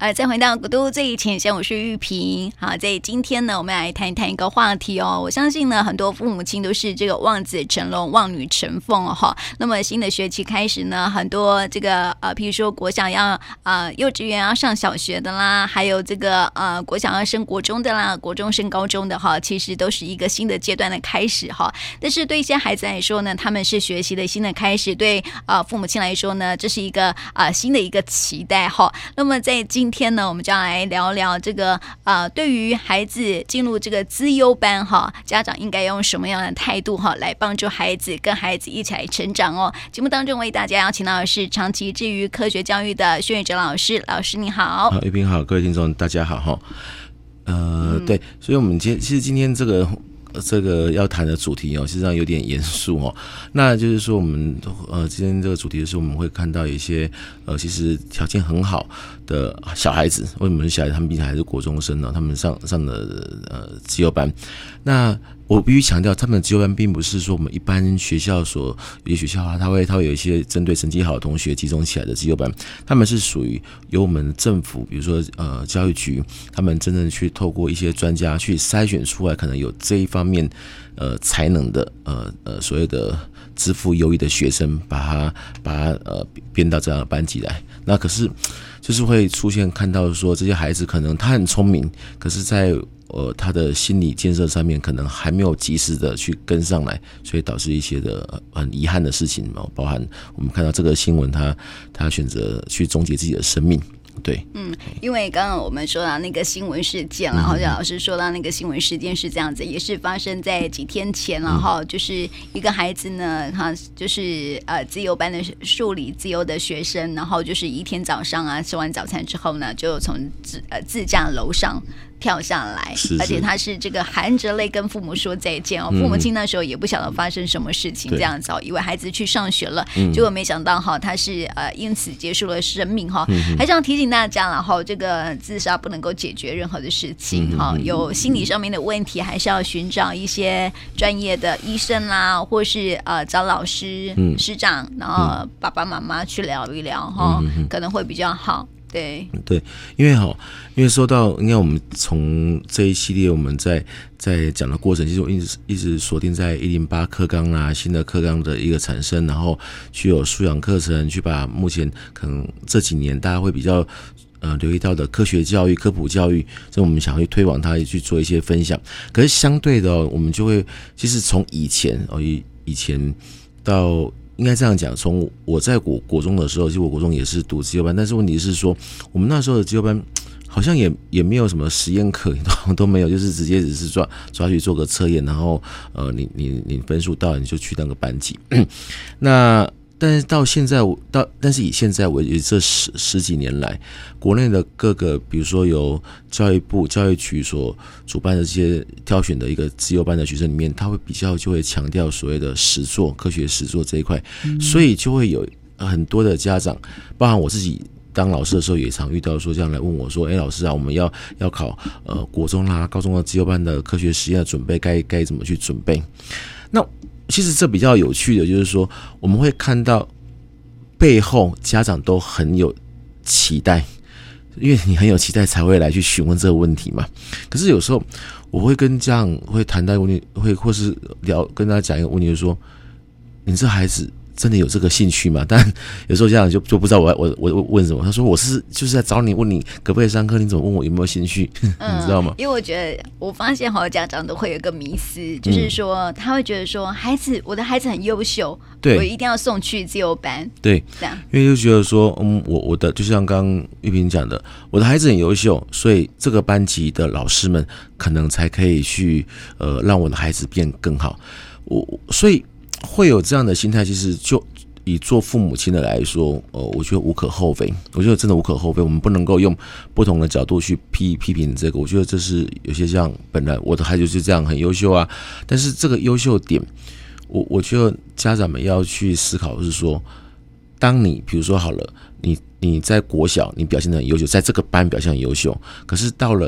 再回到古都最前线，我是玉萍。好，在今天呢，我们来谈一谈一个话题哦。我相信呢，很多父母亲都是这个望子成龙、望女成凤哦。哈，那么新的学期开始呢，很多这个譬如说国小要幼稚园要上小学的啦，还有这个国小要升国中的啦，国中升高中的哈，其实都是一个新的阶段的开始哈。但是对一些孩子来说呢，他们是学习的新的开始；对父母亲来说呢，这是一个新的一个期待哈。那么在今天呢，我们就要来聊聊这个对于孩子进入这个资优班哈，家长应该用什么样的态度哈，来帮助孩子跟孩子一起来成长哦。节目当中为大家邀请到的是长期致力于科学教育的薛宇哲老师，老师你好。 玉萍好，各位听众大家好哈。对，所以我们其实今天这个要谈的主题哦，实际上有点严肃哦。那就是说，我们今天这个主题的是，我们会看到一些其实条件很好的小孩子，为什么是小孩子？他们毕竟还是国中生呢，他们上的资优班。那我必须强调，他们的资优班并不是说我们一般学校有些学校它会有一些针对成绩好的同学集中起来的资优班，他们是属于由我们政府，比如说教育局，他们真正去透过一些专家去筛选出来，可能有这一方面才能的所谓的资赋优异的学生，把他编到这样的班级来。那可是就是会出现看到说这些孩子可能他很聪明，可是在他的心理建设上面可能还没有及时的去跟上来，所以导致一些的很遗憾的事情，包含我们看到这个新闻，他选择去终结自己的生命。对， 因为刚刚我们说到那个新闻事件，然后老师说到那个新闻事件是这样子，也是发生在几天前，然后就是一个孩子呢，他就是自由班的数理自由的学生，然后就是一天早上吃完早餐之后呢，就从自驾楼上跳下来，而且他是这个含着泪跟父母说再见哦。父母亲那时候也不晓得发生什么事情，这样子以为孩子去上学了，结果没想到他是因此结束了生命哈。还是要提醒大家了哈，这个自杀不能够解决任何的事情哈，有心理上面的问题，还是要寻找一些专业的医生啦，或是找老师、师长，然后爸爸妈妈去聊一聊哈，可能会比较好。对， 因为说到，应该我们从这一系列我们在讲的过程，其实我一直锁定在108课纲啦，新的课纲的一个产生，然后去有素养课程，去把目前可能这几年大家会比较留意到的科学教育、科普教育，所以我们想要去推广它，去做一些分享。可是相对的我们就会其实从以前到。应该这样讲，从我在国中的时候，其实我国中也是读资优班，但是问题是说，我们那时候的资优班好像也没有什么实验课，都没有，就是只是抓去做个测验，然后你分数到你就去那个班级。那但是到现在但是以现在为止，这十几年来，国内的各个，比如说由教育部教育局所主办的这些挑选的一个资优班的学生里面，他会就会强调所谓的实作、科学实作这一块，所以就会有很多的家长，包含我自己当老师的时候，也常遇到说这样来问我说：“老师啊，我们要考国中啦、高中的资优班的科学实验的准备，该怎么去准备？”那其实这比较有趣的就是说，我们会看到背后家长都很有期待，因为你很有期待才会来去询问这个问题嘛。可是有时候我会跟家长会谈到问题，或是跟他讲一个问题，就是说，你这孩子真的有这个兴趣吗？但有时候家长就不知道我问什么。他说我就是在找你，问你可不可以上课，你怎么问我有没有兴趣？你知道吗？ 因为我发现好多家长都会有一个迷思，就是说他会觉得说我的孩子很优秀，我一定要送去自由班。对，这样， 因为就觉得说，我的就像刚刚玉萍讲的，我的孩子很优秀，所以这个班级的老师们可能才可以去让我的孩子变更好。所以。会有这样的心态，其实就以做父母亲的来说，我觉得无可厚非。我觉得真的无可厚非，我们不能够用不同的角度去批评这个。我觉得这是有些这样，本来我的孩子就是这样很优秀啊，但是这个优秀点，我觉得家长们要去思考的是说，当你比如说好了，你在国小你表现得很优秀，在这个班表现很优秀，可是到了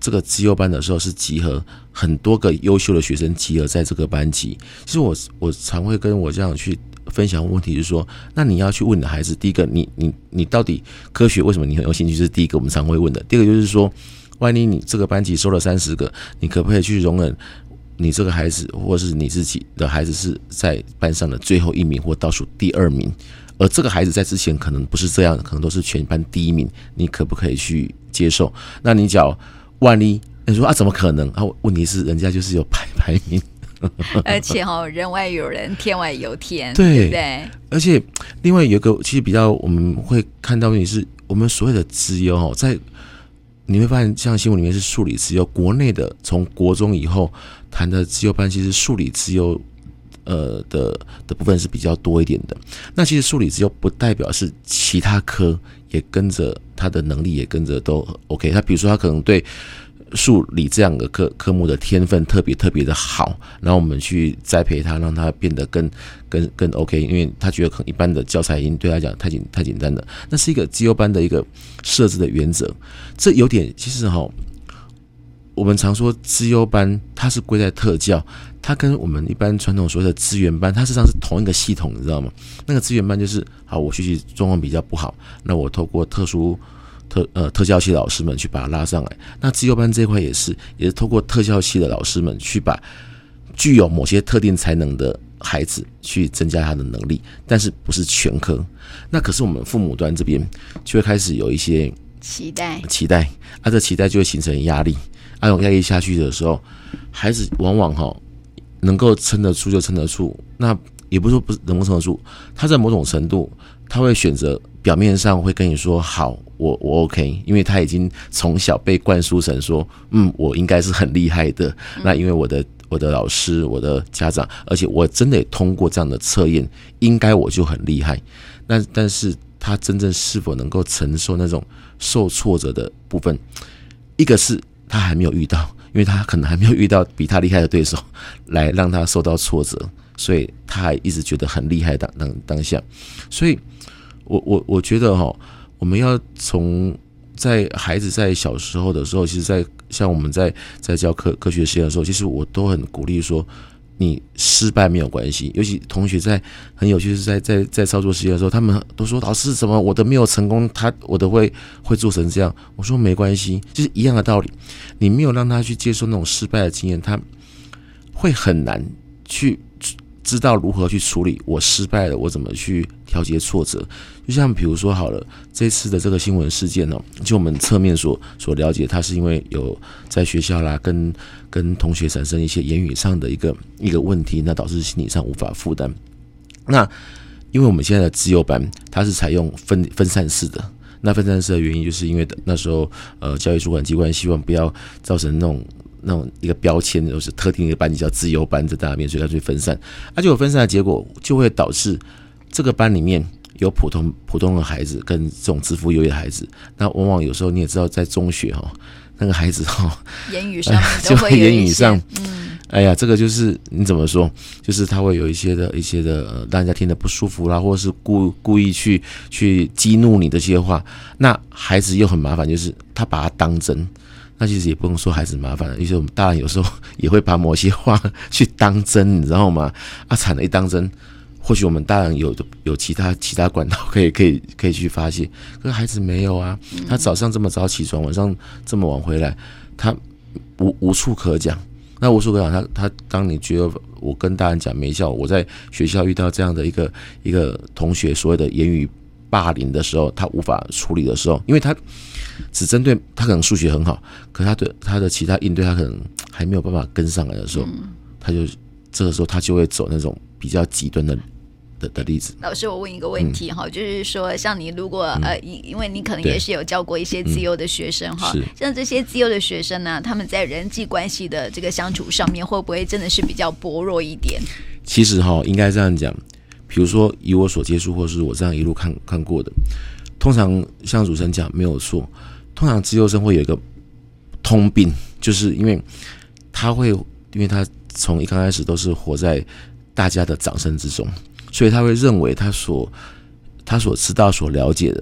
这个资优班的时候是集合很多个优秀的学生集合在这个班级。其实我常会跟我家长去分享问题，是说，那你要去问你的孩子，第一个，你到底科学为什么你很有兴趣，这是第一个我们常会问的。第二个就是说，万一你这个班级收了30个，你可不可以去容忍你这个孩子或是你自己的孩子是在班上的最后1名或倒数第2名，而这个孩子在之前可能不是这样，可能都是全班第1名，你可不可以去接受？那你只要万一你说怎么可能啊？问题是人家就是有排名。 而且人外有人，天外有天， 对， 对不对？ 而且另外有一个其实比较我们会看到问题是，我们所谓的资优在你会发现，像新闻里面是数理资优，国内的从国中以后谈的资优班，其实数理资优的部分是比较多一点的。那其实数理资优不代表是其他科也跟着他的能力也跟着都 OK。他比如说他可能对数理这样的科目的天分特别的好，然后我们去栽培他，让他变得更 OK， 因为他觉得可能一般的教材已经对他讲太简单了。那是一个资优班的一个设置的原则。这有点其实我们常说资优班它是归在特教，它跟我们一般传统所谓的资源班，它实际上是同一个系统，你知道吗？那个资源班就是好，我学习状况比较不好，那我透过特教系的老师们去把它拉上来。那资优班这一块也是透过特教系的老师们去把具有某些特定才能的孩子去增加他的能力，但是不是全科。那可是我们父母端这边就会开始有一些期待，这期待就会形成压力。这种压力下去的时候，孩子往往能够撑得住就撑得住，那也不是说不能够撑得住，他在某种程度他会选择表面上会跟你说好，我 OK， 因为他已经从小被灌输成说我应该是很厉害的。那因为我的老师我的家长，而且我真的也通过这样的测验，应该我就很厉害。但是他真正是否能够承受那种受挫折的部分，一个是他还没有遇到，因为他可能还没有遇到比他厉害的对手来让他受到挫折，所以他还一直觉得很厉害当下。所以我觉得我们要从在孩子在小时候的时候，其实像我们在教科学实验的时候，其实我都很鼓励说，你失败没有关系。尤其同学在很有趣是在操作实验的时候，他们都说老师怎么我的没有成功，我的会做成这样。我说没关系，就是一样的道理。你没有让他去接受那种失败的经验，他会很难去知道如何去处理我失败了，我怎么去调节挫折。就像比如说好了，这次的这个新闻事件就我们侧面所了解，它是因为有在学校啦跟同学产生一些言语上的一个问题，那导致心理上无法负担。那因为我们现在的资优班它是采用分散式的，那分散式的原因就是因为那时候教育主管机关希望不要造成那种一个标签，就是特定一个班级叫资优班在大面，所以它就分散。结果分散的结果就会导致这个班里面有普通的孩子跟这种资赋优异的孩子。那往往有时候你也知道，在中学那个孩子言语上都会有一些言语上，这个就是你怎么说，就是他会有一些的让人家听得不舒服啦，或者是故意去激怒你的这些话。那孩子又很麻烦，就是他把它当真。那其实也不能说孩子麻烦了，因为我们大人有时候也会把某些话去当真，你知道吗？惨了一当真，或许我们大人有其他管道可以去发泄，可是孩子没有啊。他早上这么早起床，晚上这么晚回来，他无处可讲。那无处可讲，他当你觉得我跟大人讲没效，我在学校遇到这样的一个同学所谓的言语霸凌的时候，他无法处理的时候，因为他只针对他可能数学很好，可是他的其他应对他可能还没有办法跟上来的时候，这个时候他就会走那种比较极端的例子。 老师，我问一个问题就是说，像你如果因为你可能也是有教过一些资优的学生像这些资优的学生呢，他们在人际关系的这个相处上面，会不会真的是比较薄弱一点？ 其实应该这样讲，比如说以我所接触，或是我这样一路看过的，通常像主持人讲没有错，通常资优生会有一个通病，就是因为他从一刚开始都是活在大家的掌声之中，所以他会认为他所知道所了解的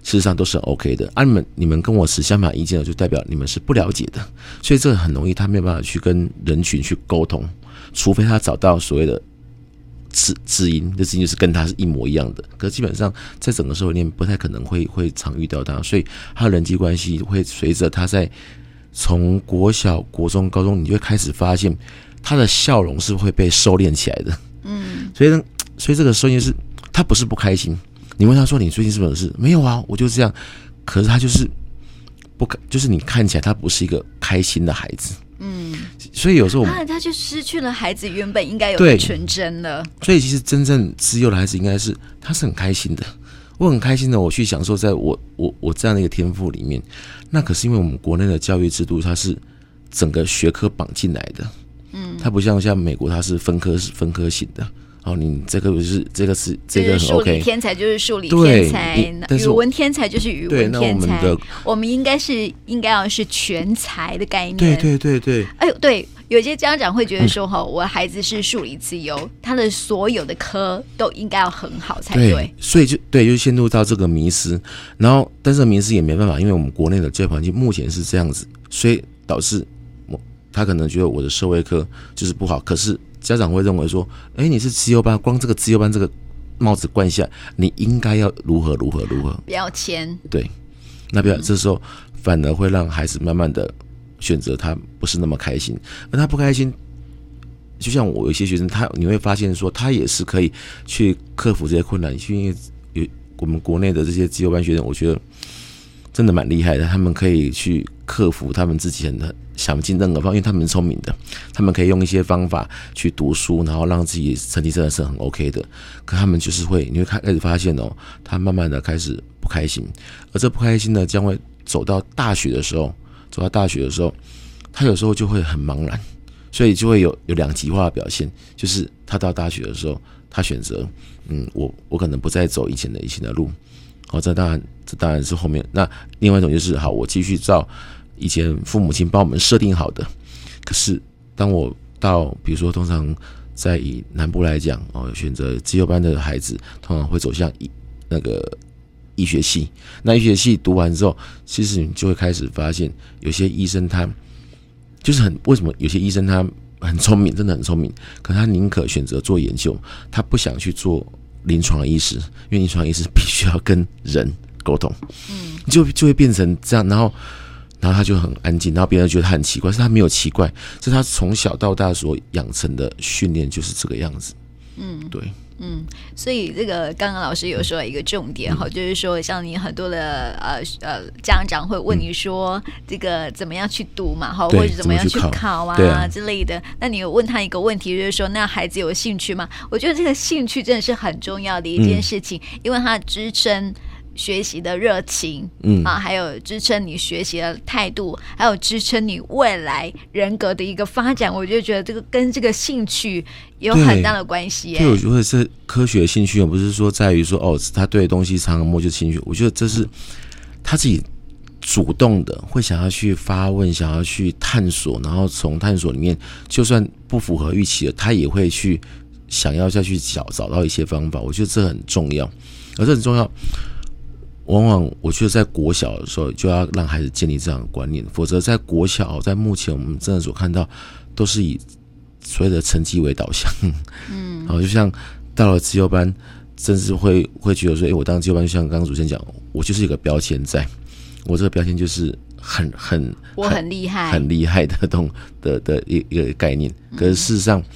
事实上都是很 OK 的啊。你们跟我持相反意见的，就代表你们是不了解的，所以这个很容易他没有办法去跟人群去沟通，除非他找到所谓的知音，这知音就是跟他是一模一样的。可是基本上在整个社会里面不太可能会常遇到他，所以他的人际关系会随着他在从国小、国中、高中，你就会开始发现他的笑容是会被收敛起来的。所以这个收敛是他不是不开心。你问他说你最近是不是有事？没有啊，我就这样。可是他就是就是你看起来他不是一个开心的孩子。所以有时候他就失去了孩子原本应该有的纯真了。 所以其实真正自幼的孩子应该是他是很开心的，我很开心的，我去享受在我这样的一个天赋里面。那可是因为我们国内的教育制度，它是整个学科绑进来的，它不像美国，它是分科型的。你这个是这个很 OK， 数理天才就是数理天才，语文天才就是语文天才。我们应该要是全才的概念。 对。 哎呦，对，有些家长会觉得说，我的孩子是数理自优，他的所有的科都应该要很好才对。 所以就陷入到这个迷思，然后但是迷思也没办法，因为我们国内的教育环境目前是这样子，所以导致他可能觉得我的社会科就是不好，可是家长会认为说，你是资优班，光这个资优班这个帽子冠下，你应该要如何标签。对， 那这时候反而会让孩子慢慢的选择他不是那么开心，而他不开心，就像我有一些学生，你会发现说，他也是可以去克服这些困难。因为我们国内的这些资优班学生，我觉得真的蛮厉害的，他们可以去克服他们自己很想尽任何方法，因为他们是聪明的，他们可以用一些方法去读书，然后让自己成绩真的是很 OK 的。可他们就是你会开始发现他慢慢的开始不开心，而这不开心呢，将会走到大学的时候，他有时候就会很茫然，所以就会有两极化的表现，就是他到大学的时候，他选择我可能不再走以前的路。这当然是后面。那另外一种就是我继续照以前父母亲帮我们设定好的。可是当我到比如说通常在以南部来讲选择资优班的孩子，通常会走向那个医学系。那医学系读完之后，其实你就会开始发现，有些医生他就是为什么有些医生他很聪明，真的很聪明，可他宁可选择做研究，他不想去做临床医师，因为临床医师必须要跟人沟通，就会变成这样，然后他就很安静，然后别人觉得他很奇怪，是他没有奇怪，是他从小到大所养成的训练就是这个样子。对。 所以这个刚刚老师有说一个重点就是说像你很多的家长会问你说这个怎么样去读嘛或者怎么样去考啊之类的。那你有问他一个问题，就是说那孩子有兴趣吗？我觉得这个兴趣真的是很重要的一件事情，因为它支撑学习的热情还有支撑你学习的态度，还有支撑你未来人格的一个发展。我就觉得这个跟这个兴趣有很大的关系。 对，我觉得是科学的兴趣，不是说在于说他对东西常常摸就兴趣。我觉得这是他自己主动的，会想要去发问，想要去探索，然后从探索里面，就算不符合预期的，他也会去想要再去找到一些方法。我觉得这很重要，而这很重要。往往我觉得在国小的时候就要让孩子建立这样的观念，否则在国小，在目前我们真的所看到，都是以所谓的成绩为导向。就像到了资优班，甚至会觉得说，我当资优班，就像刚刚主持人讲，我就是一个标签在，我这个标签就是我很厉害， 很厉害的的一个概念。可是事实上，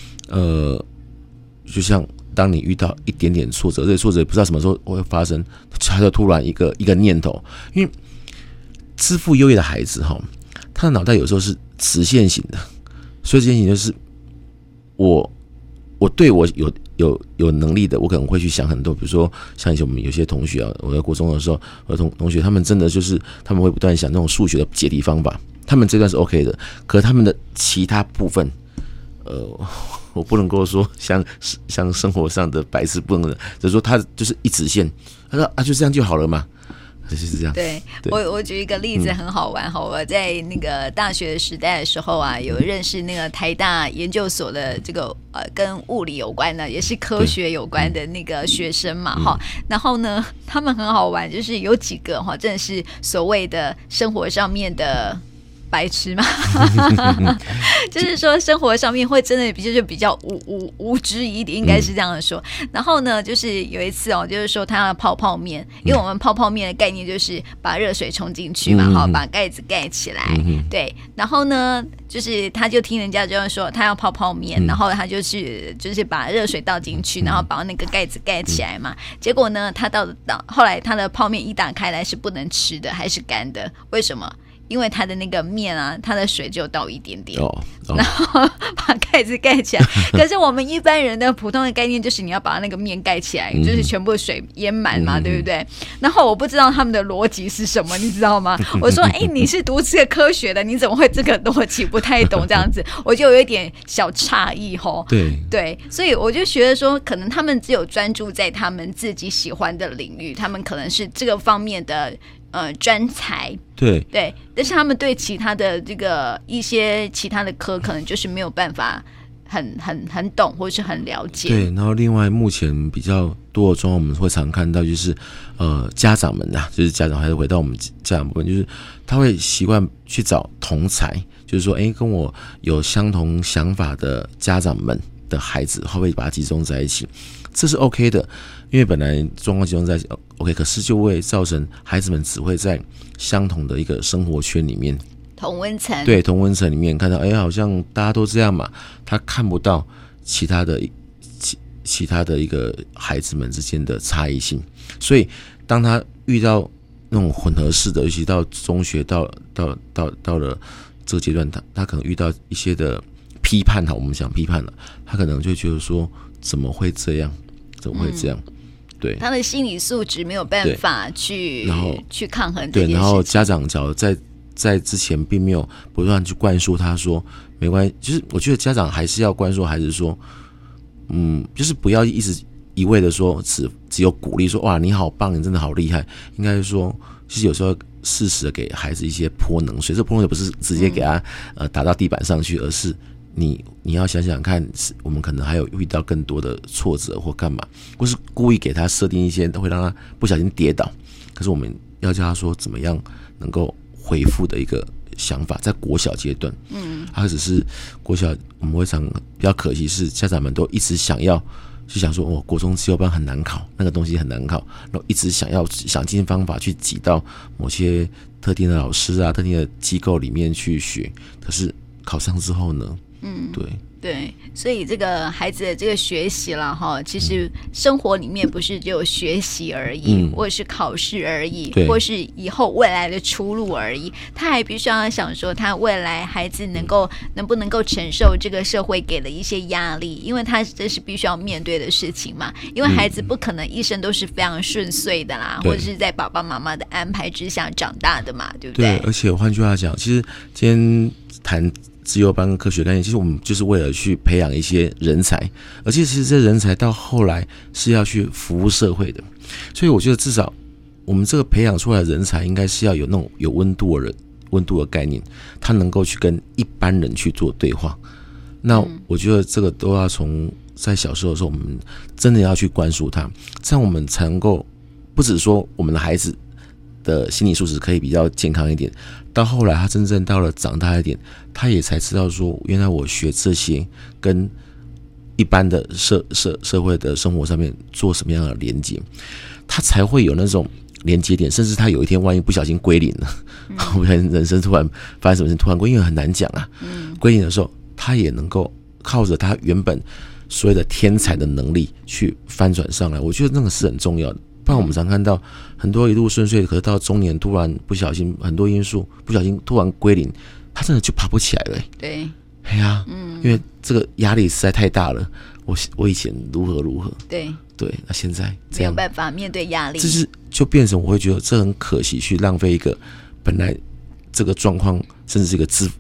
就像当你遇到一点点挫折，这个挫折不知道什么时候会发生，他就突然一个念头，因为自负优异的孩子他的脑袋有时候是直线型的，所以直线型就是我对我有能力的，我可能会去想很多，比如说像以前我们有些同学我在国中的时候，我的同学他们真的就是他们会不断想那种数学的解题方法，他们这段是 OK 的，可是他们的其他部分我不能够说像生活上的白痴不能，只是说他就是一直线，他说就这样就好了嘛。 就是这样。 对，我举一个例子很好玩哈，我在那个大学时代的时候啊，有认识那个台大研究所的这个跟物理有关的，也是科学有关的那个学生嘛哈。然后呢，他们很好玩，就是有几个哈，真的是所谓的生活上面的白痴嘛，就是说生活上面会真的比较无知一点，应该是这样说。然后呢，就是有一次哦，就是说他要泡泡面，因为我们泡泡面的概念就是把热水冲进去嘛，把盖子盖起来，对。然后呢，就是他就听人家这样说，他要泡泡面，然后他就是把热水倒进去，然后把那个盖子盖起来嘛。结果呢，他后来他的泡面一打开来是不能吃的，还是干的？为什么？因为它的那个面啊，它的水就倒一点点，然后把盖子盖起来。可是我们一般人的普通的概念就是你要把那个面盖起来，就是全部水淹满嘛，对不对？然后我不知道他们的逻辑是什么，你知道吗？我说，你是读这个科学的，你怎么会这个逻辑不太懂这样子？我就有一点小诧异吼。对，所以我就觉得说，可能他们只有专注在他们自己喜欢的领域，他们可能是这个方面的专才，对，但是他们对其他的这个一些其他的科可能就是没有办法很懂或是很了解。 对，然后另外目前比较多的状况，我们会常看到就是家长们啊，就是家长还是回到我们家长部分，就是他会习惯去找同才，就是说跟我有相同想法的家长们的孩子，会不会把它集中在一起？这是 OK 的，因为本来状况集中在一起 OK， 可是就会造成孩子们只会在相同的一个生活圈里面， 同温层， 对，同温层里面看到好像大家都这样嘛，他看不到其他的一个孩子们之间的差异性，所以当他遇到那种混合式的，尤其到中学到了这个阶段，他可能遇到一些的批判，我们讲批判了，他可能就觉得说怎么会这样？对， 他的心理素质没有办法去抗衡这件事情。 对，然后家长只要在之前并没有不断去灌输他说没关系，就是我觉得家长还是要灌输孩子说，就是不要一味的说只有鼓励说哇你好棒，你真的好厉害，应该是说其实有时候适时的给孩子一些泼冷水，这泼冷水不是直接给他打到地板上去，而是你要想想看，我们可能还有遇到更多的挫折或干嘛，或是故意给他设定一些会让他不小心跌倒，可是我们要教他说怎么样能够恢复的一个想法，在国小阶段，他只是国小，我们会比较可惜是家长们都一直想要去想说国中自由班很难考，那个东西很难考，然后一直想尽方法去挤到某些特定的老师啊、特定的机构里面去学，可是考上之后呢？ 对，所以这个孩子的这个学习啦哈，其实生活里面不是只有学习而已，或者是考试而已，或是以后未来的出路而已，他还必须要想说他未来孩子能不能够承受这个社会给的一些压力，因为他这是必须要面对的事情嘛，因为孩子不可能一生都是非常顺遂的啦，或者是在爸爸妈妈的安排之下长大的嘛，对不对？ 对，而且换句话讲，其实今天谈自由班跟科学概念，其实我们就是为了去培养一些人才，而且其实这人才到后来是要去服务社会的，所以我觉得至少我们这个培养出来的人才应该是要有那种有温度的概念，他能够去跟一般人去做对话。那我觉得这个都要从在小时候的时候，我们真的要去灌输他，这样我们才能够不只说我们的孩子的心理素质可以比较健康一点，到后来他真正到了长大一点，他也才知道说原来我学这些跟一般的社会的生活上面做什么样的连接，他才会有那种连接点，甚至他有一天万一不小心归零了，我们人生突然发生什么事突然归零，因为很难讲啊，归零的时候他也能够靠着他原本所谓的天才的能力去翻转上来，我觉得那个是很重要的。不然我们常看到很多一路顺遂，可是到中年突然不小心很多因素不小心突然归零，他真的就爬不起来了。 对， 因为这个压力实在太大了。我以前如何，对，那现在这样没有办法面对压力， 这就变成我会觉得这很可惜，去浪费一个本来这个状况甚至是一个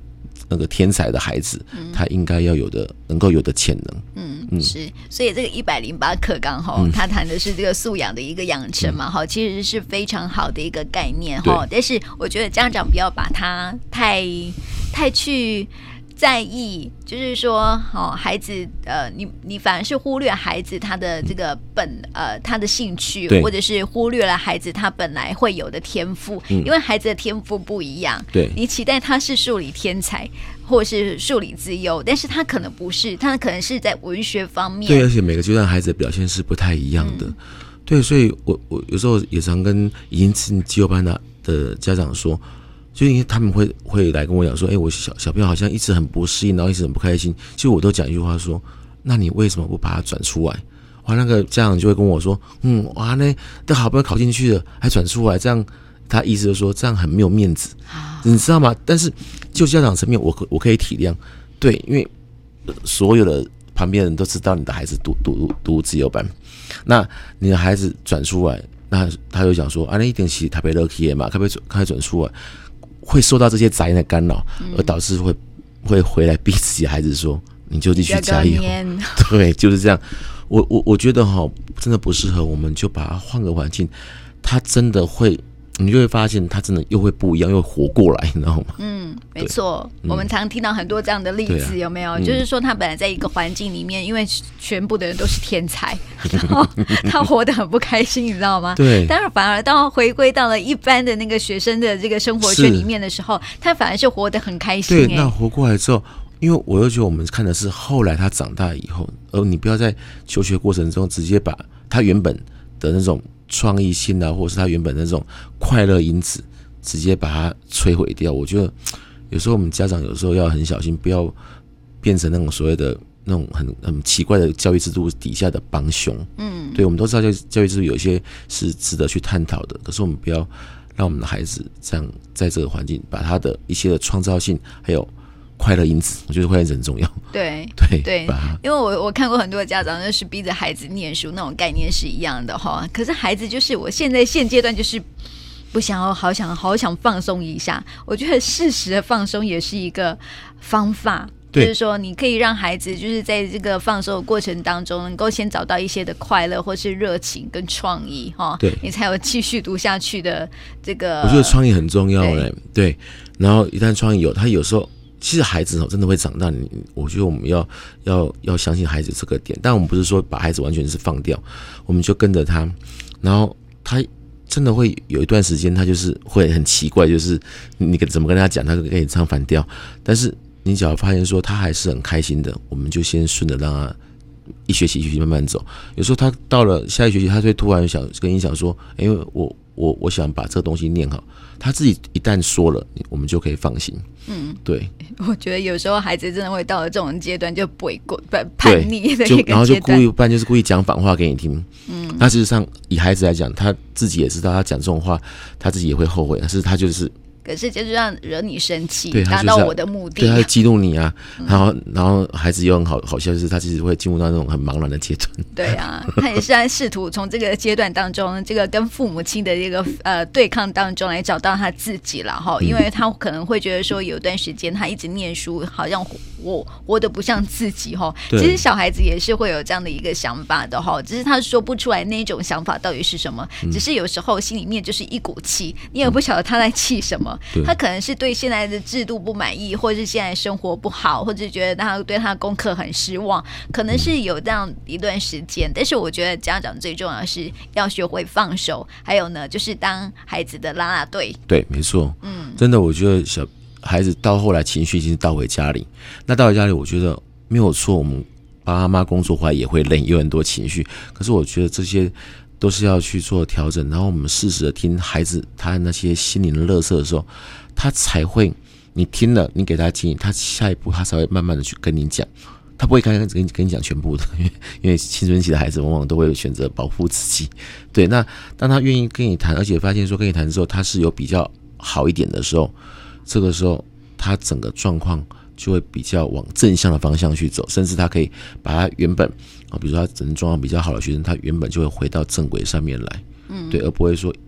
那个天才的孩子，他应该要有的能够有的潜能。 是，所以这个108课纲他谈的是这个素养的一个养成嘛，其实是非常好的一个概念但是我觉得家长不要把它太去在意，就是说孩子你反而是忽略孩子他的这个他的兴趣，或者是忽略了孩子他本来会有的天赋，因为孩子的天赋不一样， 对， 你期待他是数理天才或是数理资优，但是他可能不是，他可能是在文学方面， 对，而且每个阶段孩子的表现是不太一样的，对，所以我有时候也常跟已经进绩优班的家长说，就因为他们会来跟我讲说，我小朋友好像一直很不适应，然后一直很不开心。其实我都讲一句话说，那你为什么不把它转出来？哇，那个家长就会跟我说，哇，那都好不容易考进去了，还转出来，这样他意思就是说这样很没有面子，你知道吗？但是就家长层面，我可以体谅，对，因为所有的旁边人都知道你的孩子读自由班，那你的孩子转出来，那他就讲说，那一定是台北乐器嘛，开转出来。会受到这些杂音的干扰，而导致会回来逼自己的孩子说：“你就继续加油。”对，就是这样。我觉得真的不适合，我们就把它换个环境，他真的会，你就会发现他真的又会不一样，又活过来，你知道吗？ 没错，我们常听到很多这样的例子，有没有？就是说他本来在一个环境里面，因为全部的人都是天才，然后他活得很不开心，你知道吗？ 对。 但是反而到回归到了一般的那个学生的这个生活圈里面的时候，他反而是活得很开心。 对，那活过来之后，因为我又觉得我们看的是后来他长大以后，而你不要在求学过程中直接把他原本的那种创意性或者是他原本的那种快乐因子直接把它摧毁掉。我觉得有时候我们家长有时候要很小心，不要变成那种所谓的那种很奇怪的教育制度底下的帮凶。对，我们都知道教育制度有一些是值得去探讨的，可是我们不要让我们的孩子这样在这个环境把他的一些的创造性还有快乐因子，我觉得快乐因子很重要。 对，因为我看过很多的家长就是逼着孩子念书，那种概念是一样的可是孩子就是我现阶段就是不想要，好想放松一下。我觉得适时的放松也是一个方法，就是说你可以让孩子就是在这个放松的过程当中能够先找到一些的快乐或是热情跟创意对，你才有继续读下去的这个。 我觉得创意很重要对，然后一旦创意有，他有时候其实孩子真的会长大，我觉得我们要相信孩子这个点，但我们不是说把孩子完全是放掉，我们就跟着他，然后他真的会有一段时间他就是会很奇怪，就是你怎么跟他讲，他跟你唱反调，但是你只要发现说他还是很开心的，我们就先顺着让他一学期慢慢走。有时候他到了下一学期，他会突然想跟你讲说，因为我想把这个东西念好，他自己一旦说了，我们就可以放心。对， 我觉得有时候孩子真的会到了这种阶段就叛逆的一个阶段， 然后就不然就是故意讲反话给你听。那事实上以孩子来讲，他自己也知道他讲这种话他自己也会后悔，可是他就是可是就是让惹你生气， 对， 达到我的目的， 对，他会激怒你啊。然后孩子又很好笑，就是他其实会进入到那种很茫然的阶段。 对啊，他也是在试图从这个阶段当中，这个跟父母亲的这个对抗当中来找到他自己了因为他可能会觉得说，有段时间他一直念书，好像我活得不像自己其实小孩子也是会有这样的一个想法的只是他说不出来那种想法到底是什么，只是有时候心里面就是一股气，你也不晓得他在气什么。他可能是对现在的制度不满意，或是现在生活不好，或者觉得他对他的功课很失望，可能是有这样一段时间。但是我觉得家长最重要的是要学会放手，还有呢就是当孩子的啦啦队。 对，没错。真的我觉得小孩子到后来情绪已经倒回家里，那倒回家里我觉得没有错，我们爸爸妈妈工作回来也会累，有很多情绪，可是我觉得这些都是要去做调整，然后我们适时的听孩子他那些心灵的垃圾的时候，他才会，你听了你给他建议，他下一步他才会慢慢的去跟你讲，他不会刚刚跟你讲全部的，因为青春期的孩子往往都会选择保护自己。对，那当他愿意跟你谈，而且发现说跟你谈之后他是有比较好一点的时候，这个时候他整个状况就会比较往正向的方向去走，甚至他可以把他原本比如说他整个状况比较好的学生，他原本就会回到正轨上面来。对，而不会说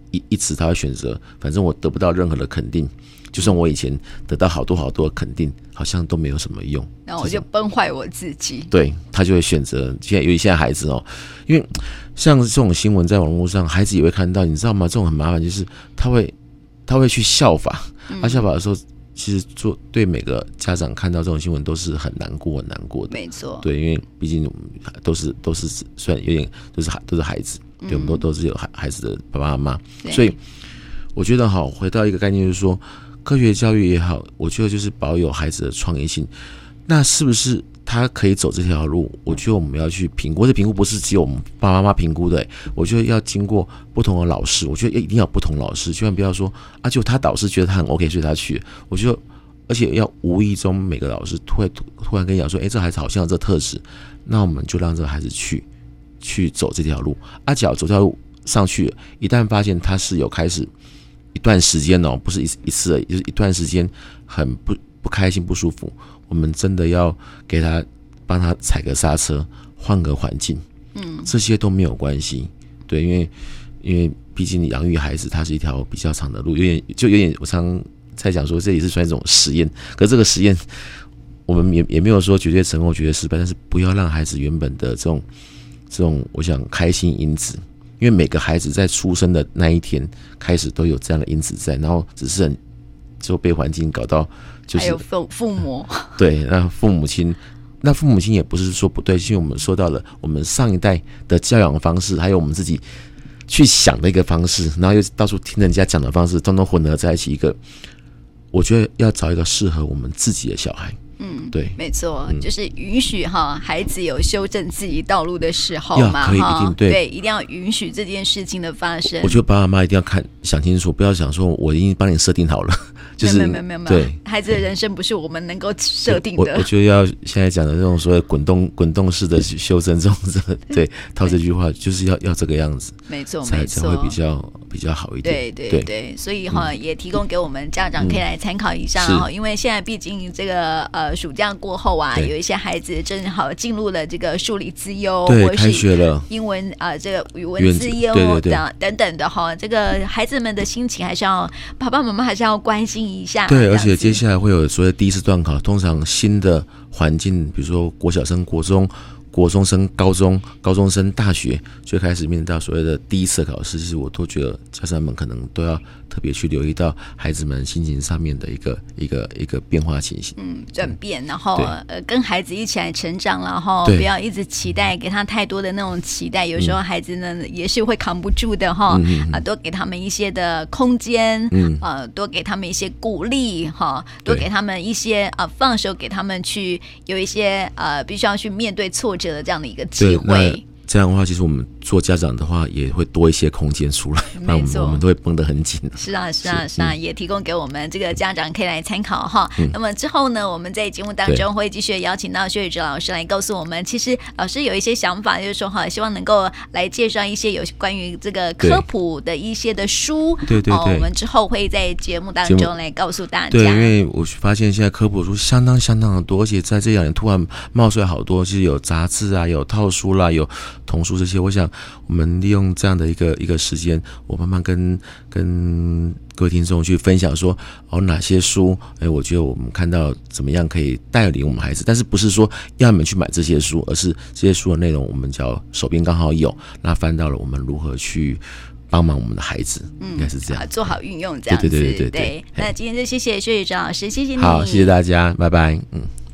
一词他会选择，反正我得不到任何的肯定，就算我以前得到好多好多的肯定，好像都没有什么用， 然后我就崩坏我自己。 对，他就会选择尤其现在孩子因为像这种新闻在网络上，孩子也会看到，你知道吗？这种很麻烦，就是他会去效法，效法的时候。其实对每个家长看到这种新闻都是很难过的， 没错。 对，因为毕竟都是虽然有点都是孩子，对，我们都是有孩子的爸爸妈妈，所以我觉得回到一个概念，就是说科学教育也好，我觉得就是保有孩子的创意性。那是不是他可以走这条路？我觉得我们要去评估，这评估不是只有我们爸爸妈妈评估的，我觉得要经过不同的老师，我觉得一定要有不同老师，千万不要说就他导师觉得他很 OK， 所以他去。我觉得，而且要无意中每个老师突然跟你讲说，这孩子好像有这特质，那我们就让这个孩子去走这条路。只要走这条路上去，一旦发现他是有开始一段时间不是一次而已，就是一段时间很不开心不舒服，我们真的要给他帮他踩个刹车，换个环境，这些都没有关系，对，因为毕竟养育孩子，它是一条比较长的路，有点我常在讲说，这也是算一种实验，可是这个实验我们也没有说绝对成功、绝对失败，但是不要让孩子原本的这种我想开心因子，因为每个孩子在出生的那一天开始都有这样的因子在，然后只是就被环境搞到。就是、 还有父母对，那父母亲也不是说不对，因为我们说到了我们上一代的教养方式，还有我们自己去想的一个方式，然后又到处听人家讲的方式，统统混合在一起，一个我觉得要找一个适合我们自己的小孩。对， 没错，就是允许孩子有修正自己道路的时候嘛， 可以一定对， 一定要允许这件事情的发生。 我觉得爸爸妈妈一定要想清楚，不要想说我已经帮你设定好了，就是没有， 对， 孩子的人生不是我们能够设定的。 我觉得要现在讲的这种所谓滚动式的修正，这种对，套这句话就是要这个样子， 没错， 才会比较好一点。 对，所以也提供给我们家长可以来参考一下因为现在毕竟这个暑假过后有一些孩子正好进入了这个数理资优， 对， 或者开学了， 英文这个语文资优等等的这个孩子们的心情还是要爸爸妈妈还是要关心一下。 对，而且接下来会有所谓第一次段考，通常新的环境，比如说国小生、国中生、高中生、大学，就开始面对到所谓的第一次考试。其实我都觉得家长们可能都要特别去留意到孩子们心情上面的一个变化情形， 转变，然后跟孩子一起来成长，然后不要一直期待给他太多的那种期待，有时候孩子呢也是会扛不住的多给他们一些的空间，多给他们一些鼓励多给他们一些放手，给他们去有一些必须要去面对挫折的这样的一个机会。 这样的话，其实我们做家长的话，也会多一些空间出来，不然我们都会绷得很紧。 是啊，也提供给我们这个家长可以来参考那么之后呢，我们在节目当中会继续邀请到薛宇哲老师来告诉我们，其实老师有一些想法，就是说希望能够来介绍一些有关于这个科普的一些的书。 对， 我们之后会在节目当中来告诉大家。 对，因为我发现现在科普书相当的多，而且在这2年突然冒出来好多，其实有杂志有套书啦，有童书这些，我想我们利用这样的一个时间，我慢慢跟各位听众去分享说哪些书，我觉得我们看到怎么样可以带领我们孩子，但是不是说要你们去买这些书，而是这些书的内容我们只要手边刚好有，那翻到了我们如何去帮忙我们的孩子，应该是这样， 做好运用这样子。对。那今天就谢谢薛宇哲老师，谢谢你。 好，谢谢大家，拜拜。